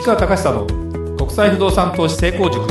川隆久の国際不動産投資成功塾。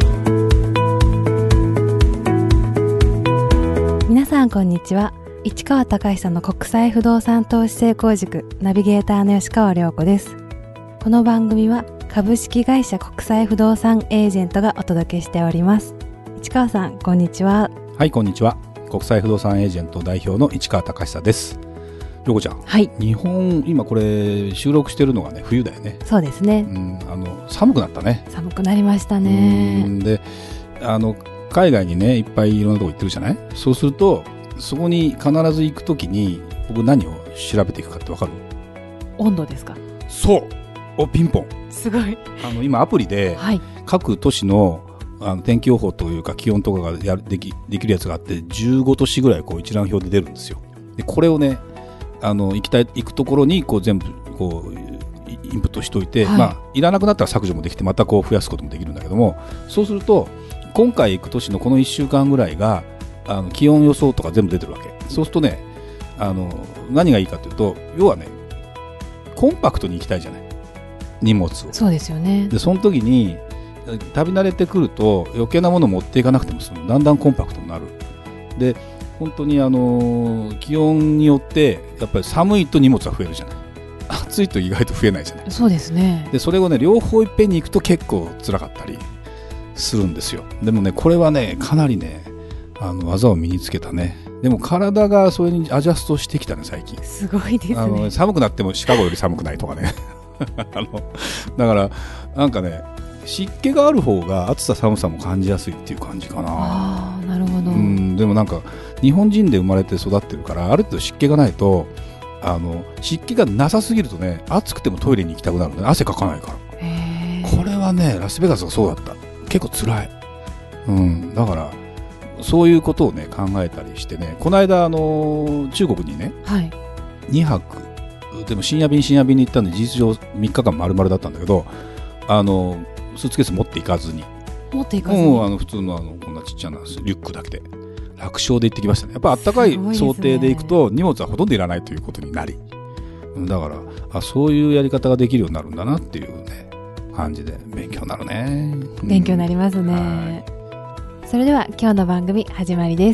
皆さんこんにちは。市川隆久の国際不動産投資成功塾ナビゲーターの吉川亮子です。この番組は株式会社国際不動産エージェントがお届けしております。市川さんこんにちは。 はい、こんにちは。国際不動産エージェント代表の市川隆久です。亮子ちゃん、 はい、 日本今これ収録してるのがね冬だよね。 そうですね、 寒くなったね。 寒くなりましたね。 で海外にねいっぱいいろんなとこ行ってるじゃない。そうするとそこに必ず行くときに僕何を調べていくかって分かる？ 温度ですか？ そうピンポン。 すごい。 今アプリで各都市の天気予報というか気温とかができるやつがあって15都市ぐらいこう一覧表で出るんですよ。でこれをね行くところにこう全部こうインプットしておいて、いらなくなったら削除もできてまたこう増やすこともできるんだけども、そうすると今回行く都市のこの1週間ぐらいが気温予想とか全部出てるわけ。そうするとね何がいいかというと、要はねコンパクトに行きたいじゃない、荷物を。 そうですよね。 でその時に旅慣れてくると余計なものを持っていかなくてもだんだんコンパクトになる。で本当に気温によってやっぱり寒いと荷物は増えるじゃない、暑いと意外と増えないじゃない。 そうですね。 でそれをね両方いっぺんに行くと結構辛かったりするんですよ。でもねこれはねかなりね技を身につけたね。でも体がそれにアジャストしてきたね最近。 すごいですね。 寒くなってもシカゴより寒くないとかねだからなんかね湿気がある方が暑さ寒さも感じやすいっていう感じかな。 なるほど。 でもなんか日本人で生まれて育ってるからある程度湿気がないと湿気がなさすぎるとね暑くてもトイレに行きたくなるね。汗かかないから。これはねラスベガスがそうだった。結構辛い。だからそういうことをね考えたりしてね、この間中国にね、2泊でも深夜便に行ったんで事実上3日間丸々だったんだけど、スーツケース持っていかずに普通のこんなちっちゃなリュックだけで楽勝で行ってきましたね。やっぱ暖かい想定で行くと荷物はほとんどいらないということになり、だからそういうやり方ができるようになるんだなっていうね感じで勉強になるね。 勉強になりますね。それでは今日の番組始まりです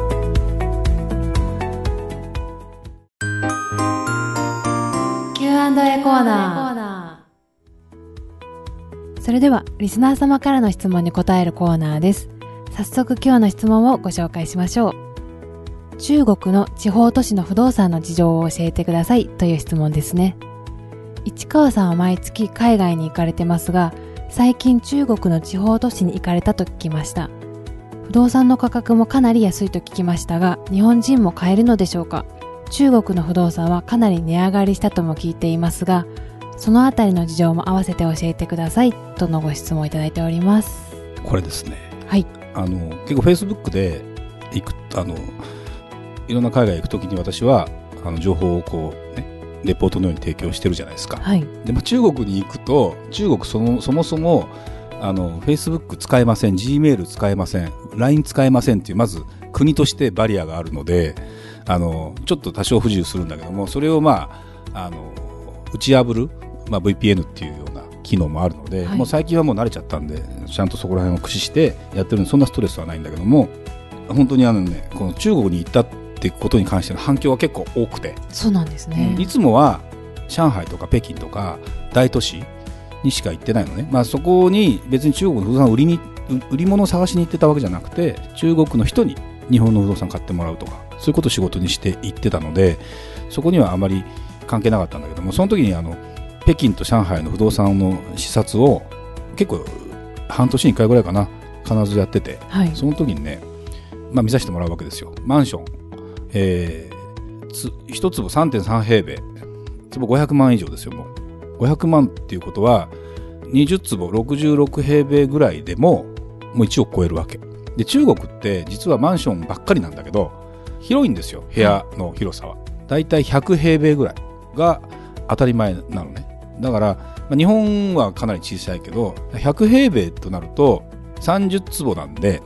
。Q&A コーナー。それではリスナー様からの質問に答えるコーナーです。早速今日の質問をご紹介しましょう。中国の地方都市の不動産の事情を教えてくださいという質問ですね。市川さんは毎月海外に行かれてますが、最近中国の地方都市に行かれたと聞きました。不動産の価格もかなり安いと聞きましたが、日本人も買えるのでしょうか？中国の不動産はかなり値上がりしたとも聞いていますが、そのあたりの事情も合わせて教えてくださいとのご質問をいただいております。 これですね、 はい、 結構 Facebook でいろんな海外行くときに私は情報をこうねレポートのように提供してるじゃないですか。で中国に行くと中国そもそもFacebook 使えません、 Gmail 使えません、 LINE 使えませんっていうまず国としてバリアがあるのでちょっと多少不自由するんだけども、それを打ち破る、VPN っていうような機能もあるので、もう最近はもう慣れちゃったんでちゃんとそこら辺を駆使してやってるんでそんなストレスはないんだけども、本当にこの中国に行ったってことに関しての反響は結構多くて。 そうなんですね。 いつもは上海とか北京とか大都市にしか行ってないのね。そこに別に中国の不動産を売り物を探しに行ってたわけじゃなくて、中国の人に日本の不動産買ってもらうとかそういうことを仕事にして行ってたので、そこにはあまり関係なかったんだけども、その時に北京と上海の不動産の視察を結構半年に1回ぐらいかな必ずやってて、その時にね、見させてもらうわけですよ。マンション、1坪 3.3 平米坪500万以上ですよ。もう500万っていうことは20坪66平米ぐらいでもう1億超えるわけで、中国って実はマンションばっかりなんだけど広いんですよ。部屋の広さはだいたい100平米ぐらいが当たり前なのね。だから、日本はかなり小さいけど100平米となると30坪なんで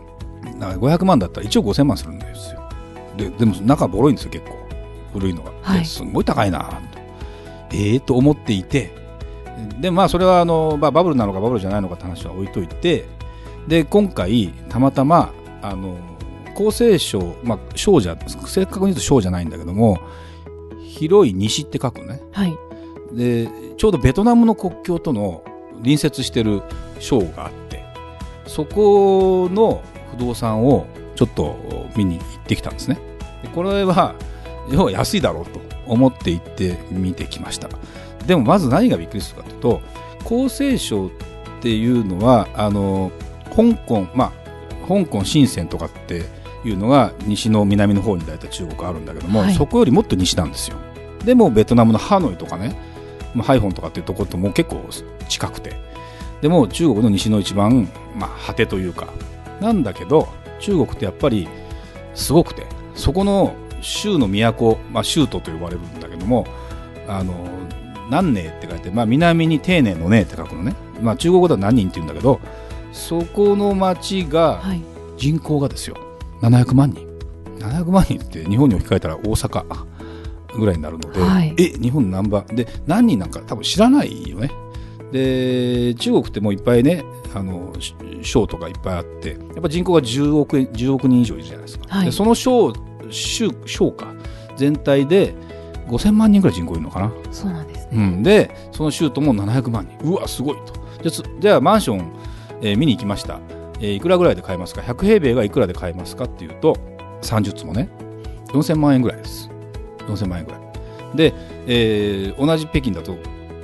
500万だったら1億5000万するんですよ。でも中ボロいんですよ。結構古いのが、すごい高いなと思っていて、 でそれはバブルなのかバブルじゃないのかって話は置いといて、で今回たまたま厚生省、省じゃ正確に言うと省じゃないんだけども、広い西って書くね、はい、でちょうどベトナムの国境との隣接してる省があって、そこの不動産をちょっと見に行ってきたんですね。でこれは要は安いだろうと思って行って見てきました。でもまず何がびっくりするかというと、厚生省っていうのは香港深センとかっていうのが西の南の方に大体中国あるんだけども、はい、そこよりもっと西なんですよ。でもベトナムのハノイとかね、ハイフォンとかっていうところとも結構近くて、でも中国の西の一番、果てというかなんだけど、中国ってやっぱりすごくて、そこの州の都、州都と呼ばれるんだけども、南寧って書いて、南に丁寧の寧って書くのね、中国語では何人って言うんだけど、そこの町が人口がですよ、700万人700万人って日本に置き換えたら大阪ぐらいになるので、はい、日本何番で何人なんか多分知らないよね。で中国ってもういっぱいね、省とかいっぱいあって、やっぱ人口が10億人以上いるじゃないですか、はい、でその省か全体で5000万人ぐらい人口いるのかな。 そうなんですね、 でその州都も700万人、うわすごいと。じゃあマンション、見に行きました、いくらぐらいで買えますか、100平米がいくらで買えますかっていうと30坪ね、4000万円ぐらいです。4000万円ぐらいで、同じ北京だと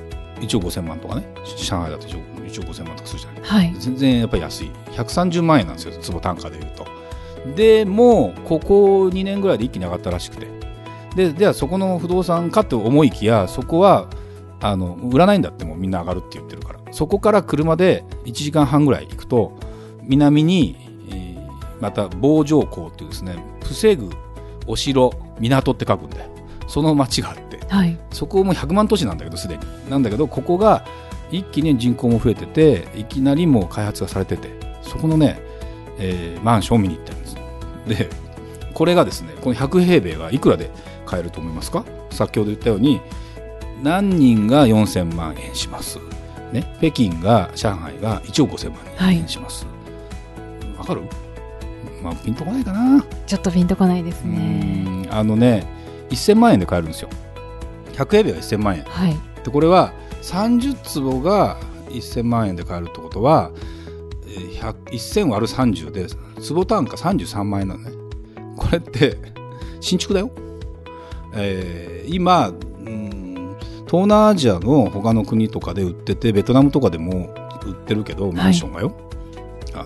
1億5000万とかね、上海だと1億5000万とかするじゃない、はい、全然やっぱり安い130万円なんですよ、坪単価でいうと。でもここ2年ぐらいで一気に上がったらしくて、ではそこの不動産かと思いきや、そこは売らないんだって、もうみんな上がるって言ってるから、そこから車で1時間半ぐらい行くと南に、また防城港っていうですね、防ぐお城港って書くんで、その町があって、はい、そこも100万都市なんだけど、すでになんだけど、ここが一気に人口も増えてて、いきなりもう開発がされてて、そこのね、マンションを見に行ったんです。でこれがですね、この100平米がいくらで買えると思いますか。先ほど言ったように何人が4000万円します、ね、北京が上海が1億5000万円します。わ、かる？ピンとこないかな。 ちょっとピンとこないですね。 1000万円で買えるんですよ。100平米が1000万円、はい、でこれは30坪が1000万円で買えるってことは、1000割る30で坪単価33万円なのね。これって新築だよ。今、東南アジアの他の国とかで売ってて、ベトナムとかでも売ってるけど、マンションがよ、はい、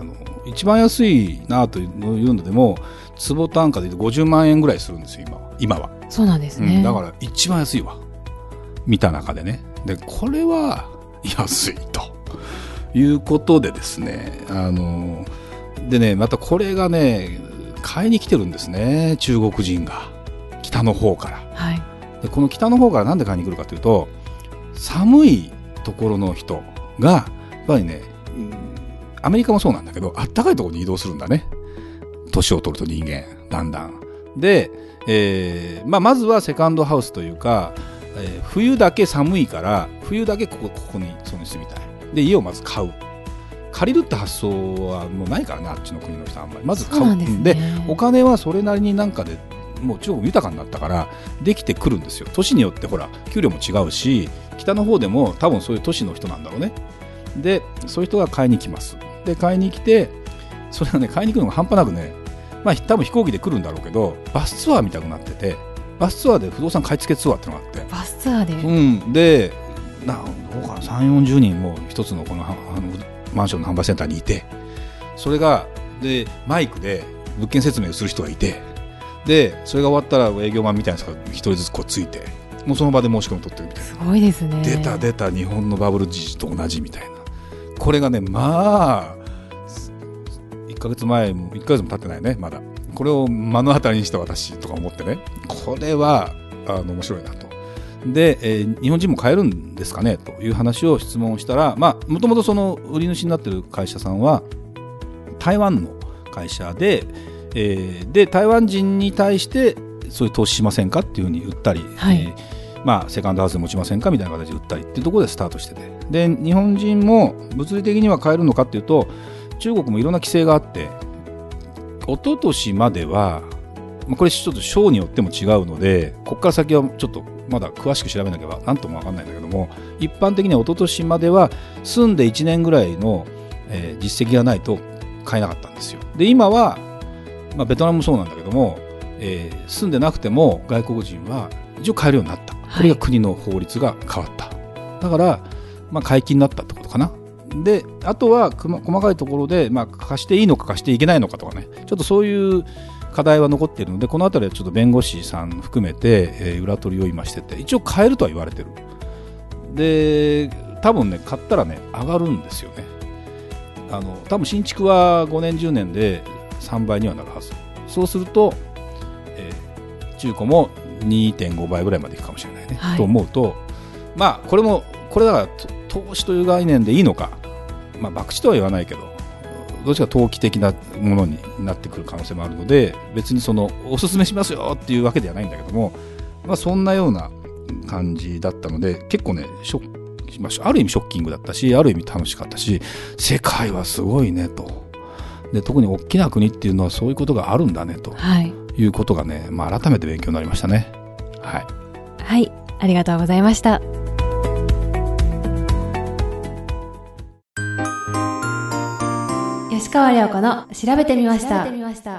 一番安いなというのでも坪単価で50万円ぐらいするんですよ、今は。 そうなんですね、 だから一番安いわ、見た中でね。でこれは安いということでですね、でね、またこれがね、買いに来てるんですね、中国人が北の方から、はい、でこの北の方からなんで買いに来るかというと、寒いところの人がやっぱりね、アメリカもそうなんだけど、あったかいところに移動するんだね、年を取ると人間だんだんで、まずはセカンドハウスというか、冬だけ寒いから冬だけここに住みたいで、家をまず買う、借りるって発想はもうないからね、あっちの国の人はあんまり。まず買う で、お金はそれなりになんかでもう中国豊かになったからできてくるんですよ。都市によってほら給料も違うし、北の方でも多分そういう都市の人なんだろうね。でそういう人が買いに来ます。で買いに来て、それはね、買いに来るのが半端なくね、多分飛行機で来るんだろうけど、バスツアーみたくなってて、バスツアーで不動産買い付けツアーってのがあって、 バスツアーで、 でどうかな、3、40人も一つのこのマンションの販売センターにいて、それがでマイクで物件説明をする人がいて、でそれが終わったら営業マンみたいな人が一人ずつこうついて、もうその場で申し込み取ってるみたいな。 すごいですね。 出た日本のバブル時と同じみたいな。これがね、1ヶ月も経ってないね、まだ。これを目の当たりにした私とか思ってね、これは面白いなと。で、日本人も買えるんですかねという話を質問したら、もともとその売り主になっている会社さんは台湾の会社で、台湾人に対してそういう投資しませんかっていうふうに売ったり、はい、セカンドハウスで持ちませんかみたいな形で売ったりっていうところでスタートしてて、 で日本人も物理的には買えるのかっていうと、中国もいろんな規制があって、一昨年までは、これちょっと省によっても違うので、ここから先はちょっとまだ詳しく調べなければ何とも分かんないんだけども、一般的には一昨年までは住んで1年ぐらいの、実績がないと買えなかったんですよ。で今は、ベトナムもそうなんだけども、住んでなくても外国人は一応買えるようになった。これが国の法律が変わった。だから、解禁になったってことかな。であとは細かいところで、貸していいのか貸していけないのかとかね、ちょっとそういう課題は残っているので、このあたりはちょっと弁護士さん含めて、裏取りを今してて、一応買えるとは言われてる。で多分ね、買ったらね上がるんですよね。多分新築は5年10年で3倍にはなるはず。そうすると、中古も 2.5 倍ぐらいまでいくかもしれないね、と思うと、これだから投資という概念でいいのか、博打とは言わないけど、どっちか投機的なものになってくる可能性もあるので、別におすすめしますよっていうわけではないんだけども、そんなような感じだったので、結構ねある意味ショッキングだったし、ある意味楽しかったし、世界はすごいねと。で特に大きな国っていうのはそういうことがあるんだねと、いうことがね、改めて勉強になりましたね。はい、 ありがとうございました。吉川亮子の調べてみました。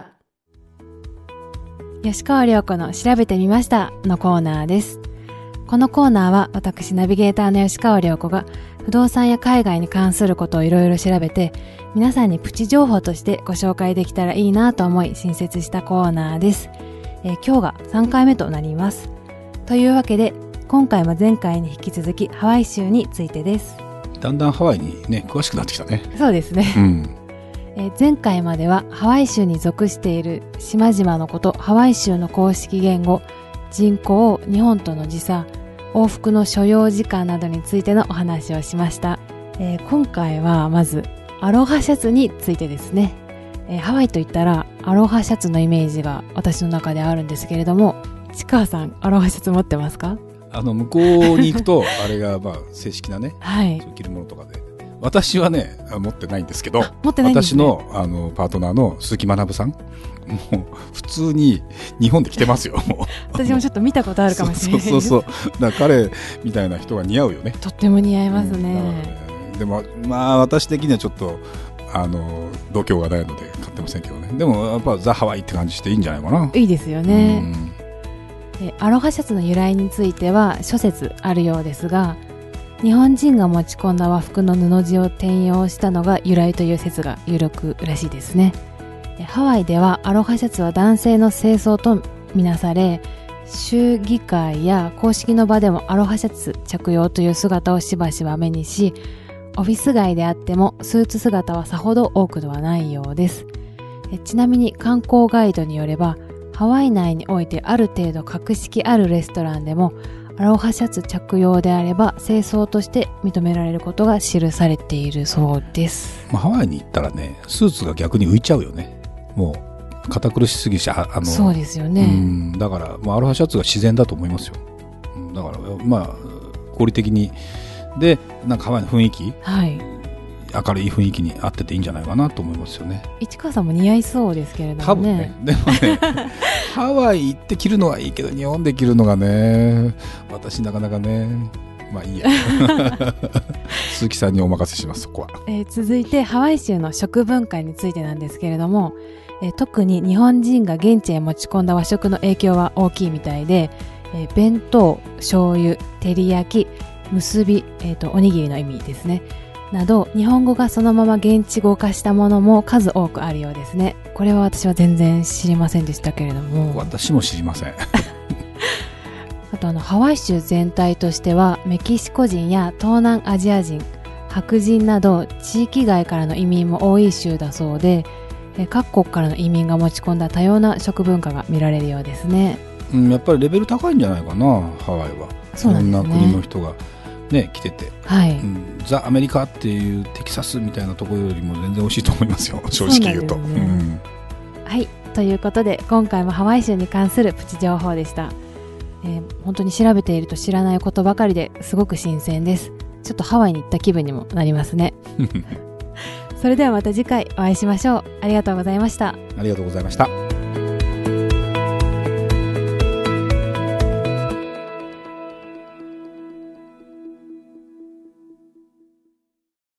吉川亮子の調べてみましたのコーナーです。このコーナーは私ナビゲーターの吉川亮子が不動産や海外に関することをいろいろ調べて、皆さんにプチ情報としてご紹介できたらいいなと思い新設したコーナーです。今日が3回目となります。というわけで今回も前回に引き続きハワイ州についてです。 だんだんハワイにね詳しくなってきたね。 そうですね、前回まではハワイ州に属している島々のこと、ハワイ州の公式言語、人口、日本との時差、往復の所要時間などについてのお話をしました。今回はまずアロハシャツについてですね。ハワイといったらアロハシャツのイメージが私の中であるんですけれども、市川さんアロハシャツ持ってますか？ 向こうに行くとあれが正式なね、着るものとかで、私はね持ってないんですけど、 持ってないんですね。 私のパートナーの鈴木学さん、もう普通に日本で着てますよ。もう私もちょっと見たことあるかもしれない。 そうだから彼みたいな人が似合うよね。 とっても似合いますね。 でも私的にはちょっと度胸がないので買ってませんけどね。でもやっぱザ・ハワイって感じしていいんじゃないかな。 いいですよね。アロハシャツの由来については諸説あるようですが、日本人が持ち込んだ和服の布地を転用したのが由来という説が有力らしいですね。ハワイではアロハシャツは男性の正装とみなされ、州議会や公式の場でもアロハシャツ着用という姿をしばしば目にし、オフィス街であってもスーツ姿はさほど多くではないようです。ちなみに観光ガイドによれば、ハワイ内においてある程度格式あるレストランでもアロハシャツ着用であれば正装として認められることが記されているそうです。 ハワイに行ったらね、スーツが逆に浮いちゃうよね。もう堅苦しすぎし、 そうですよね。 だからアロハシャツが自然だと思いますよ。だから合理的にでなんかハワイの雰囲気、明るい雰囲気に合ってていいんじゃないかなと思いますよね。 市川さんも似合いそうですけれどもね。 多分ね。でもねハワイ行って着るのはいいけど、日本で着るのがね、私なかなかね、いいや鈴木さんにお任せします、そこは。 続いてハワイ州の食文化についてなんですけれども、特に日本人が現地へ持ち込んだ和食の影響は大きいみたいで、弁当、醤油、照り焼き、結び、おにぎりの意味ですねなど、日本語がそのまま現地語化したものも数多くあるようですね。これは私は全然知りませんでしたけれども。 私も知りませんあとハワイ州全体としてはメキシコ人や東南アジア人、白人など地域外からの移民も多い州だそうで、各国からの移民が持ち込んだ多様な食文化が見られるようですね。 やっぱりレベル高いんじゃないかな、ハワイは。 そうなんですね。 いろんな国の人がね来てて、ザ・アメリカっていうテキサスみたいなところよりも全然美味しいと思いますよ、正直言うと。 はい、ということで今回もハワイ州に関するプチ情報でした。本当に調べていると知らないことばかりですごく新鮮です。 ちょっとハワイに行った気分にもなりますね。それではまた次回お会いしましょう。ありがとうございました。 ありがとうございました。